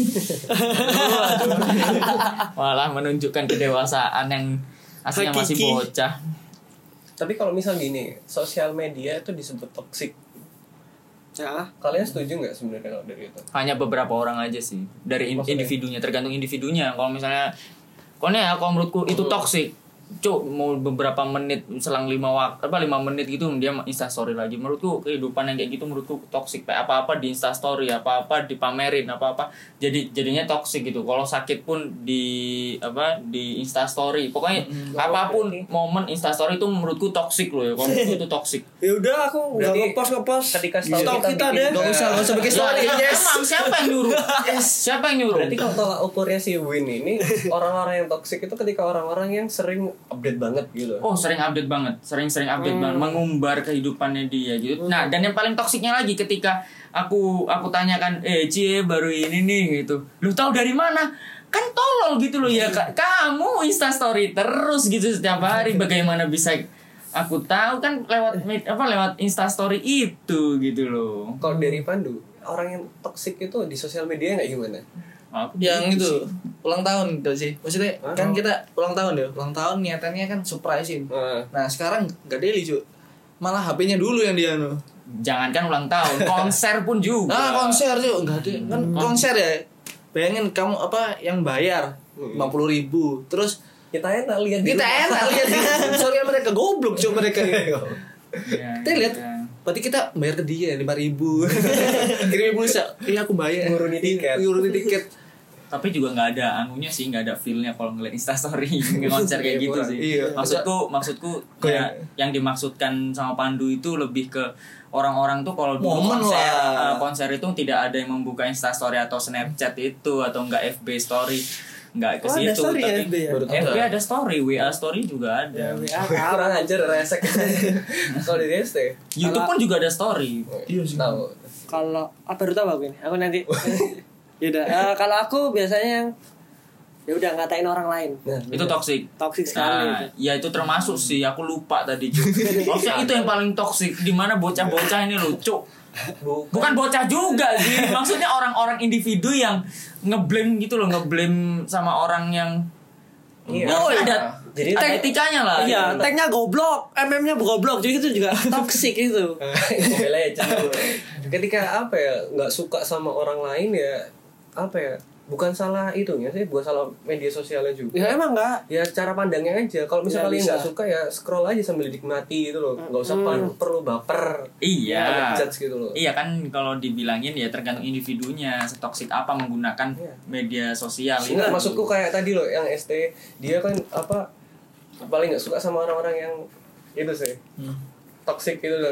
Aduh. Malah menunjukkan kedewasaan yang aslinya masih Hakiki. bocah. Tapi kalau misal gini, sosial media itu disebut toksik. Ya. Kalian setuju nggak sebenarnya kalau dari itu? Hanya beberapa orang aja sih dari Maksudnya? individunya, tergantung individunya. Kalau misalnya kalau menurutku itu toksik Cuk, mau beberapa menit selang 5 menit gitu dia instastory lagi. Menurutku kehidupan yang kayak gitu menurutku toksik. Kayak apa-apa di instastory, apa-apa dipamerin, apa-apa jadinya toksik gitu. Kalau sakit pun di instastory. Pokoknya apapun momen instastory itu menurutku toksik loh ya. Kalau menurutku itu toksik. Ya udah aku Berarti nggak ngepost. ketika Stok kita deh. Gak usah bikin story. Emang siapa yang nyuruh? Siapa yang nyuruh? Berarti kalau tolak ukurnya si Win ini orang-orang yang toksik itu ketika orang-orang yang sering update banget gitu. Oh, sering update banget, sering update banget, mengumbar kehidupannya dia gitu. Nah, dan yang paling toksiknya lagi ketika aku tanyakan, Cie baru ini nih gitu. Lu tahu dari mana? Kan tolol gitu loh ya. Kamu Instastory terus gitu setiap hari. Bagaimana bisa aku tahu kan lewat Instastory itu gitu loh. Kalau dari Pandu, orang yang toksik itu di sosial media nggak gimana? Aku Yang gitu itu sih. ulang tahun tuh sih. Maksudnya kan kita ulang tahun ya. Ulang tahun niatannya kan surprisein. Nah, sekarang enggak daily, Cuk. Malah HP-nya dulu yang dia Jangankan ulang tahun, konser pun juga. Nah, konser Cuk, enggak ada. Kan konser ya. Bayangin kamu yang bayar 50.000. Terus Kita enak lihat kita enak lihat sosial mereka goblok Cuk mereka. Ya, Kita lihat ya. berarti kita bayar ke dia 5.000. Kirim pulsa. Iya aku bayar. Nguruni tiket. Nguruni tiket. Tapi juga nggak ada anunya sih, nggak ada feel-nya kalau ngeliat Instastory konser kayak gitu sih. Iya. Maksudku kayak yang dimaksudkan sama Pandu itu lebih ke orang-orang tuh kalau dulu Momen lah. konser itu tidak ada yang membuka Instastory atau Snapchat itu atau enggak FB story. Enggak ke Oh, ada situ story tapi FB ya? Baru tahu. FB ada story, WA story juga ada. Kurang ajar resek. Kalau di DST. YouTube pun juga ada story. Iya sih. Tahu. Kalau baru tahu aku ini. Aku nanti. Yaudah. Kalau aku biasanya yang ya udah ngatain orang lain. Nah, Itu toxic. Toxic sekali Nah, itu. ya itu termasuk sih, aku lupa tadi. Maksudnya itu yang paling toxic, di mana bocah-bocah ini lucu. Bukan bocah juga sih, maksudnya orang-orang individu yang ngeblame gitu loh, ngeblame sama orang yang Iya. oh, ada Jadi ada etikanya lah. Iya, tagnya goblok, MM-nya goblok, jadi itu juga toxic itu. Mobile Legends. Ketika apa ya nggak suka sama orang lain ya apa ya bukan salah itunya sih, bukan salah media sosialnya juga. Ya emang enggak. Ya cara pandangnya aja. Kalau misalnya Ya, kalian bisa. nggak suka ya scroll aja sambil dinikmati gitu loh. Nggak usah perlu baper. Iya. Judge gitu loh. Iya kan kalau dibilangin ya tergantung individunya setoksik apa menggunakan Iya. media sosial. Enggak, maksudku kayak tadi loh yang ST dia kan apa paling nggak suka sama orang-orang yang itu sih toxic gitu loh.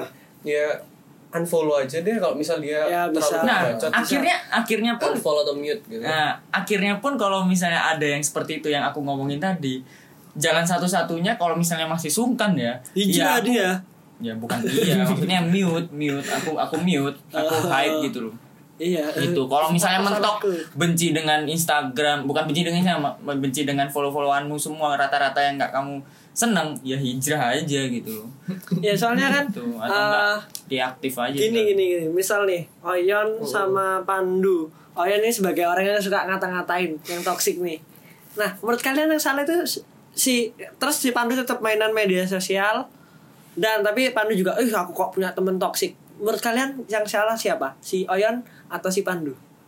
Ya unfollow aja deh kalau misal dia Ya, bisa. terlalu Nah, bacot, bisa akhirnya pun unfollow atau mute gitu. akhirnya pun kalau misalnya ada yang seperti itu yang aku ngomongin tadi, jalan satu-satunya kalau misalnya masih sungkan ya. Hijrah aku- dia. Ya bukan iya, maksudnya mute. Aku mute, aku hide gitu loh. Iya. Gitu. Kalau misalnya mentok Masalahku. benci dengan Instagram, bukan benci dengan Instagram, benci dengan follow-followanmu semua rata-rata yang nggak kamu seneng, ya hijrah aja gitu loh. Ya soalnya kan Gitu. Atau enggak diaktif aja. gini. Misal nih, Oyon sama Pandu. Oyon ini sebagai orang yang suka ngata-ngatain, yang toksik nih. Nah, menurut kalian yang salah itu si Pandu tetap mainan media sosial dan tapi Pandu juga, aku kok punya temen toksik. Menurut kalian yang salah siapa? Si Oyon atau si Pandu?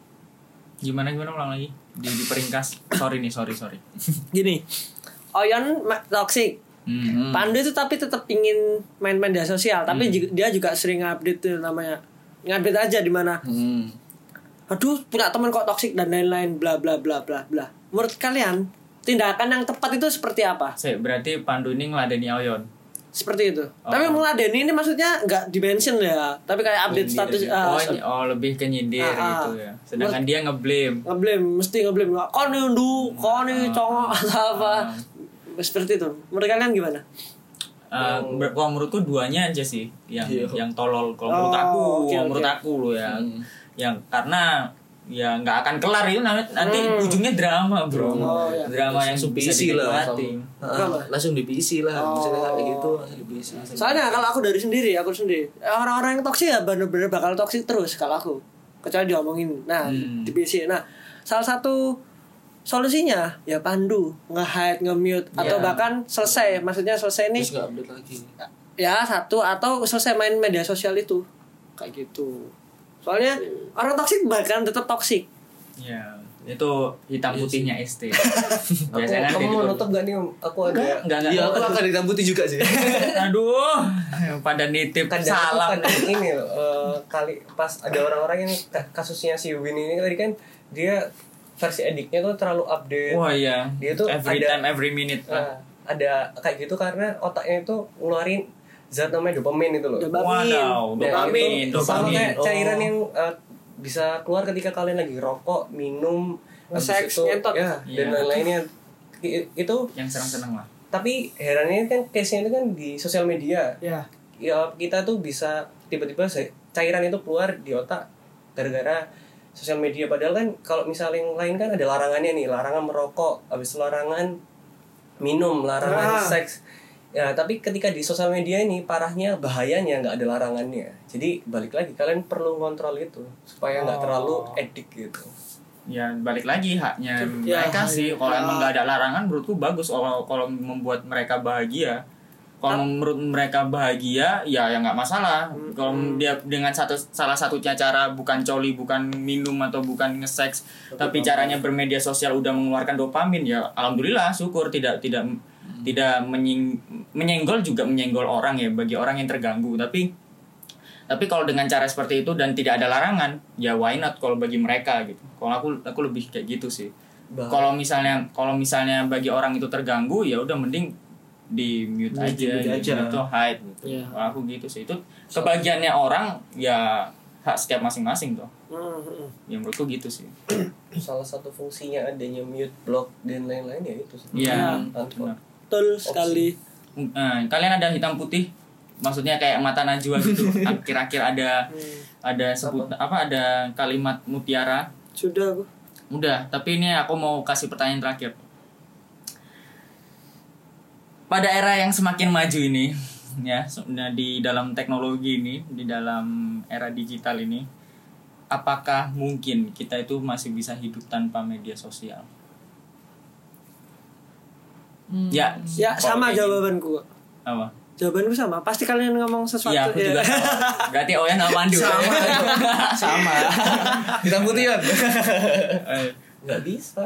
Gimana ulang lagi? Diperingkas. Sorry. Gini. Oyon toksik. Pandu itu tapi tetap ingin main media sosial, tapi dia juga sering update tuh namanya. Ngupdate aja di mana. Aduh, punya teman kok toksik dan lain-lain bla bla bla bla bla. Menurut kalian, tindakan yang tepat itu seperti apa? Berarti Pandu ini ngeladeni Oyon. Seperti itu. Tapi meladeni ini maksudnya nggak di-mention ya, tapi kayak update status Lebih ke nyindir gitu ya. Sedangkan dia ngeblame. ngeblame. Kau nih undu, kau nih congok atau apa. Seperti itu. Menurut kalian gimana? Kalau menurutku duanya aja sih yang tolol. Kalau menurut aku loh ya. Yang karena ya nggak akan kelar itu nanti ujungnya drama bro. Iya. Drama yang bisa dinikmati. Langsung di PC lah, misalnya kayak gitu langsung di PC. Soalnya kalau aku sendiri orang-orang yang toksik ya bener-bener bakal toksik terus kalau aku, kecuali diomongin di PC. Nah, salah satu solusinya ya Pandu nge-hide, nge-mute atau bahkan selesai, maksudnya selesai nih Terus nggak update lagi. ya satu atau selesai main media sosial itu kayak gitu. Soalnya orang toksik bahkan tetap toksik. Ya itu hitam putihnya ST. Biasanya Kamu kayak mau gitu. nutup gak nih Om? Aku ada Enggak. Iya, aku akan hitam putih juga sih. Aduh, pada nitip salam. kan ini loh, kali pas ada orang-orang yang kasusnya si Win ini tadi kan dia versi ediknya tuh terlalu update. Wah iya. Dia tuh every ada- time every minute. Ada kayak gitu karena otaknya itu ngeluarin zat namanya dopamin itu loh. Wadaw, Nah, dopamin, itu sama dopamin. kayak cairan yang bisa keluar ketika kalian lagi rokok, minum, habis Seks, itu, ngentot. ya, dan Iya. lain-lainnya. Itu Yang senang-senang lah. tapi herannya kan case-nya itu kan di sosial media. Ya. Ya kita tuh bisa tiba-tiba cairan itu keluar di otak gara-gara sosial media, padahal kan kalau misalnya yang lain kan ada larangannya nih, larangan merokok, habis itu larangan minum, larangan seks. Ya, tapi ketika di sosial media ini parahnya bahayanya nggak ada larangannya. Jadi balik lagi kalian perlu kontrol itu supaya nggak terlalu edik gitu. Ya balik lagi haknya Ya, mereka sih. Kalau emang nggak ada larangan, menurutku bagus. Kalau membuat mereka bahagia. Kalau menurut mereka bahagia, ya nggak masalah. Kalau dia dengan salah satunya cara bukan coli, bukan minum atau bukan nge-seks, tapi caranya bermedia sosial udah mengeluarkan dopamin, ya alhamdulillah, syukur. Tidak menyenggol juga menyenggol orang ya, bagi orang yang terganggu. Tapi Tapi kalau dengan cara seperti itu dan tidak ada larangan, ya why not kalau bagi mereka gitu. Kalau aku lebih kayak gitu sih. Kalau misalnya bagi orang itu terganggu, ya udah mending di mute aja, gitu, hide gitu. Yeah. Kalau aku gitu sih. Itu kebagiannya orang ya hak setiap masing-masing tuh. Ya menurutku gitu sih. Salah satu fungsinya adanya mute, block dan lain-lain ya itu sih. Iya. Benar. Betul sekali. Kalian ada hitam putih? Maksudnya kayak mata najwa gitu. Akhir-akhir ada sebut ada kalimat mutiara. Sudah aku. Udah, tapi ini aku mau kasih pertanyaan terakhir. Pada era yang semakin maju ini, ya, di dalam teknologi ini, di dalam era digital ini, apakah mungkin kita itu masih bisa hidup tanpa media sosial? Ya, Ya sama kalau kayak jawabanku. gini. Apa? Jawabanku sama. Pasti kalian ngomong sesuatu. Iya, aku juga sama. Berarti Oyan sama Pandu. Sama. Hitam putih kan? Nggak bisa.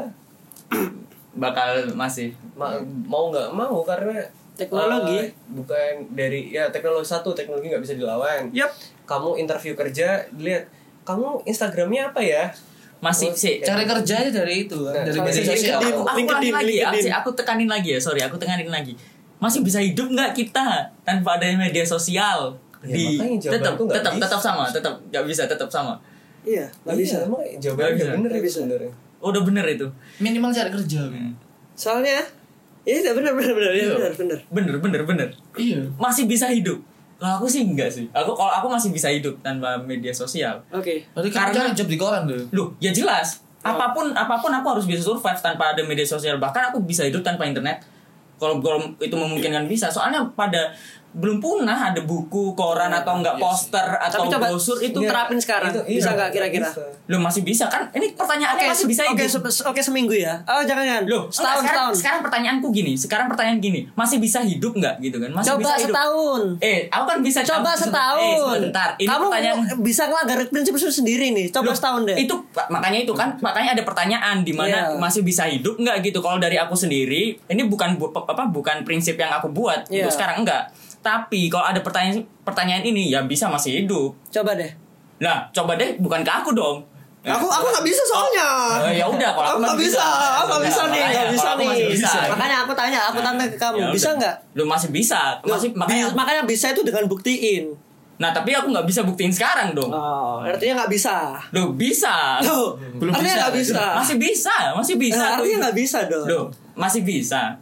Bakal masih. Mau nggak mau karena Teknologi. bukan dari ya teknologi nggak bisa dilawan. Yap. Kamu interview kerja, dilihat kamu Instagramnya apa ya? Masih sih. Cari kerjanya dari itu kan, Nah, dari kalau media LinkedIn, sosial. Aku ulangi lagi ya. LinkedIn. Aku tekanin lagi ya. Sorry, aku tekanin lagi. Masih bisa hidup nggak kita tanpa adanya media sosial? Ya, makanya jawabanku nggak bisa. tetap sama, tetap nggak bisa, tetap sama. Iya, nggak bisa. Emang jawabannya Nggak bisa. bener Nggak itu bisa. sebenarnya. Oh, udah bener itu. Minimal cari kerja kan. Soalnya iya benar ya benar. Bener. Iya. Masih bisa hidup. Kalau aku sih enggak sih. Kalau aku masih bisa hidup tanpa media sosial. Oke. Berarti kamu Karena- cari job di koran tuh. Loh, ya jelas. Apapun aku harus bisa survive tanpa ada media sosial. Bahkan aku bisa hidup tanpa internet. Kalau itu memungkinkan bisa. Soalnya belum pernah ada buku, koran atau enggak iya poster atau Tapi coba brosur itu. Iya. terapin sekarang. Itu- Bisa iya, nggak kira-kira? bisa. Loh, masih bisa kan? Ini pertanyaannya masih bisa hidup. Oke, seminggu ya. Oh, jangan. Loh, setahun. sekarang pertanyaanku gini. Pertanyaan gini, masih bisa hidup nggak gitu kan? Masih Coba bisa hidup. setahun. Aku kan bisa Coba setahun. sebentar. Ini Kamu pertanyaan bisa ngelanggar prinsip itu sendiri nih. Coba Loh, setahun deh. Itu makanya ada pertanyaan di mana Iya. masih bisa hidup nggak gitu. Kalau dari aku sendiri, ini bukan prinsip yang aku buat Iya. untuk sekarang enggak. Tapi kalau ada pertanyaan ini ya bisa masih hidup. Coba deh. Nah, coba deh bukan ke aku dong. Aku nggak bisa soalnya. Ya udah kalau Aku nggak bisa. Aku nggak bisa nih. Makanya, Nggak bisa kalau aku nih. masih bisa. Makanya aku tanya ke kamu. Ya Bisa udah. nggak? Lu masih bisa. Makanya bisa itu dengan buktiin. Nah, tapi aku nggak bisa buktiin sekarang dong. Oh, artinya nggak bisa. Loh, bisa. Loh, Belum artinya bisa. nggak bisa. Masih bisa. Nah, artinya nggak bisa dong. Loh, masih bisa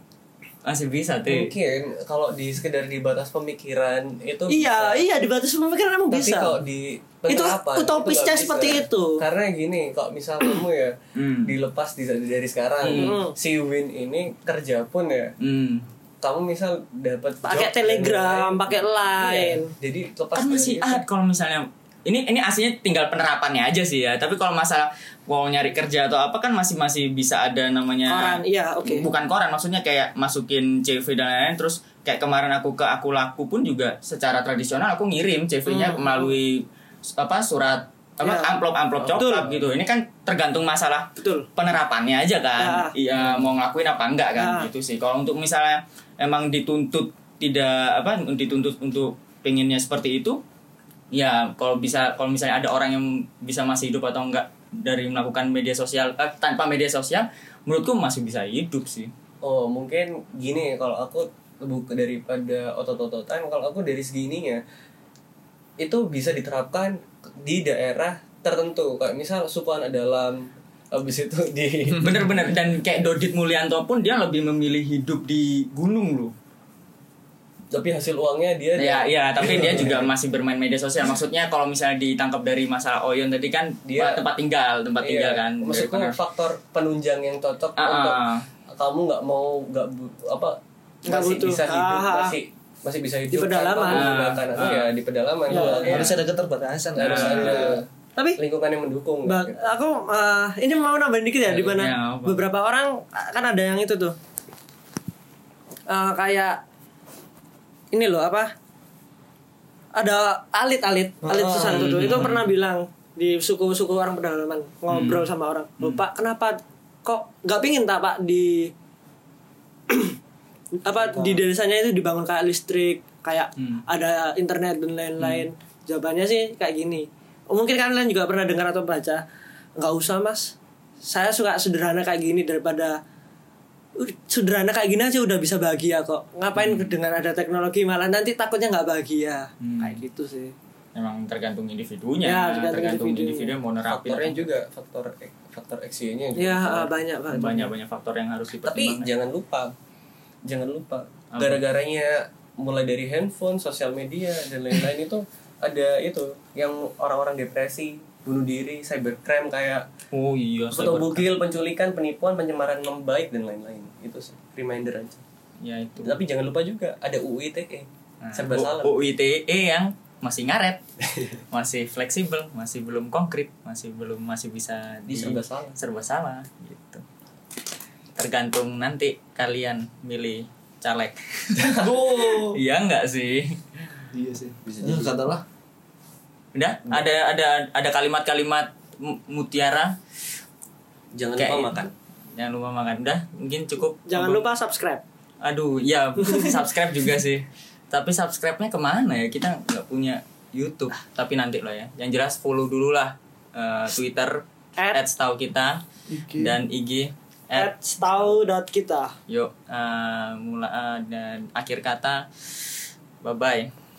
tuh. Mungkin kalau sekedar di batas pemikiran itu Iya, bisa. iya di batas pemikiran emang Tapi bisa. kalau di Itu penerapan, utopisnya nggak bisa. seperti itu. Karena gini, kalau misal kamu ya dilepas dari sekarang, si Win ini kerja pun ya, kamu misal dapat Pakai job Telegram, dan lain-lain. pakai Iya, Line. jadi lepas Kan dari masih itu. ada kalau misalnya ini aslinya tinggal penerapannya aja sih ya. Tapi kalau masalah mau nyari kerja atau apa kan masih bisa ada namanya Koran, iya, oke. Bukan koran, maksudnya kayak masukin CV dan lain-lain. Terus kayak kemarin aku ke Aku Laku pun juga secara tradisional aku ngirim CV-nya melalui surat Ya. amplop coklat gitu. Ini kan tergantung masalah Betul. penerapannya aja kan. Iya, mau ngelakuin apa enggak kan Ya. gitu sih. Kalau untuk misalnya emang dituntut untuk pengennya seperti itu, ya kalau misalnya ada orang yang bisa masih hidup atau enggak dari melakukan media sosial tanpa media sosial, menurutku masih bisa hidup sih. Oh, mungkin gini, kalau aku daripada otot-ototan, kalau aku dari segininya itu bisa diterapkan di daerah tertentu, kayak misal suku anak dalam, habis itu di Bener-bener. Dan kayak Dodit Mulyanto pun dia lebih memilih hidup di gunung loh. tapi hasil uangnya dia Ya, tapi dia juga masih bermain media sosial. Maksudnya kalau misalnya ditangkap dari masalah Oyon tadi kan Dia- tempat tinggal Iya, kan. maksudku Daripada- faktor penunjang yang cocok untuk kamu nggak Nggak masih butuh. bisa hidup, Ah. masih bisa hidup Di pedalaman. tanpa menggunakan atau ya di pedalaman Ya, Harus ada keterbatasan. harus ada Tapi lingkungan yang mendukung. gitu. aku ini mau nambahin dikit ya, di mana Ya, apa? beberapa orang kan ada yang itu tuh kayak ini loh apa, ada alit sesuatu tuh itu pernah bilang di suku-suku orang pedalaman ngobrol sama orang, "Loh, Pak, kenapa kok nggak pingin tak Pak di di desanya itu dibangun kayak listrik, kayak ada internet dan lain-lain." Jawabannya sih kayak gini. Mungkin kalian juga pernah dengar atau baca, nggak usah mas, saya suka sederhana kayak gini daripada sederhana kayak gini aja udah bisa bahagia kok. Ngapain dengan ada teknologi malah nanti takutnya nggak bahagia. Kayak gitu sih. Memang tergantung individunya. Ya, tergantung individu. individu yang mau nerapin. Faktornya apa. juga faktor X-nya juga. Ya banyak. Banyak faktor yang harus Tapi dipertimbangkan. jangan lupa gara-garanya mulai dari handphone, sosial media dan lain-lain itu ada itu yang orang-orang depresi, bunuh diri, cybercrime kayak Oh iya, foto bugil, penculikan, penipuan, pencemaran nama baik dan lain-lain. Itu sih reminder aja. Ya itu. Tapi jangan lupa juga ada UU ITE. Serba salah. UU ITE yang masih ngaret. Masih fleksibel, masih belum konkret, masih bisa serba salah gitu. Tergantung nanti kalian milih caleg. Iya enggak sih? Iya sih. Bisa jadi. Katalah. Udah, ada kalimat-kalimat mutiara. Jangan Kayak lupa makan. Jangan lupa makan. Udah, mungkin cukup. Jangan lupa subscribe. Aduh, ya subscribe juga sih. Tapi subscribe-nya kemana ya? Kita nggak punya YouTube. Tapi nanti lah ya. Yang jelas follow dulu lah Twitter @setaukita dan IG @setau.kita. Yuk, dan akhir kata, bye bye.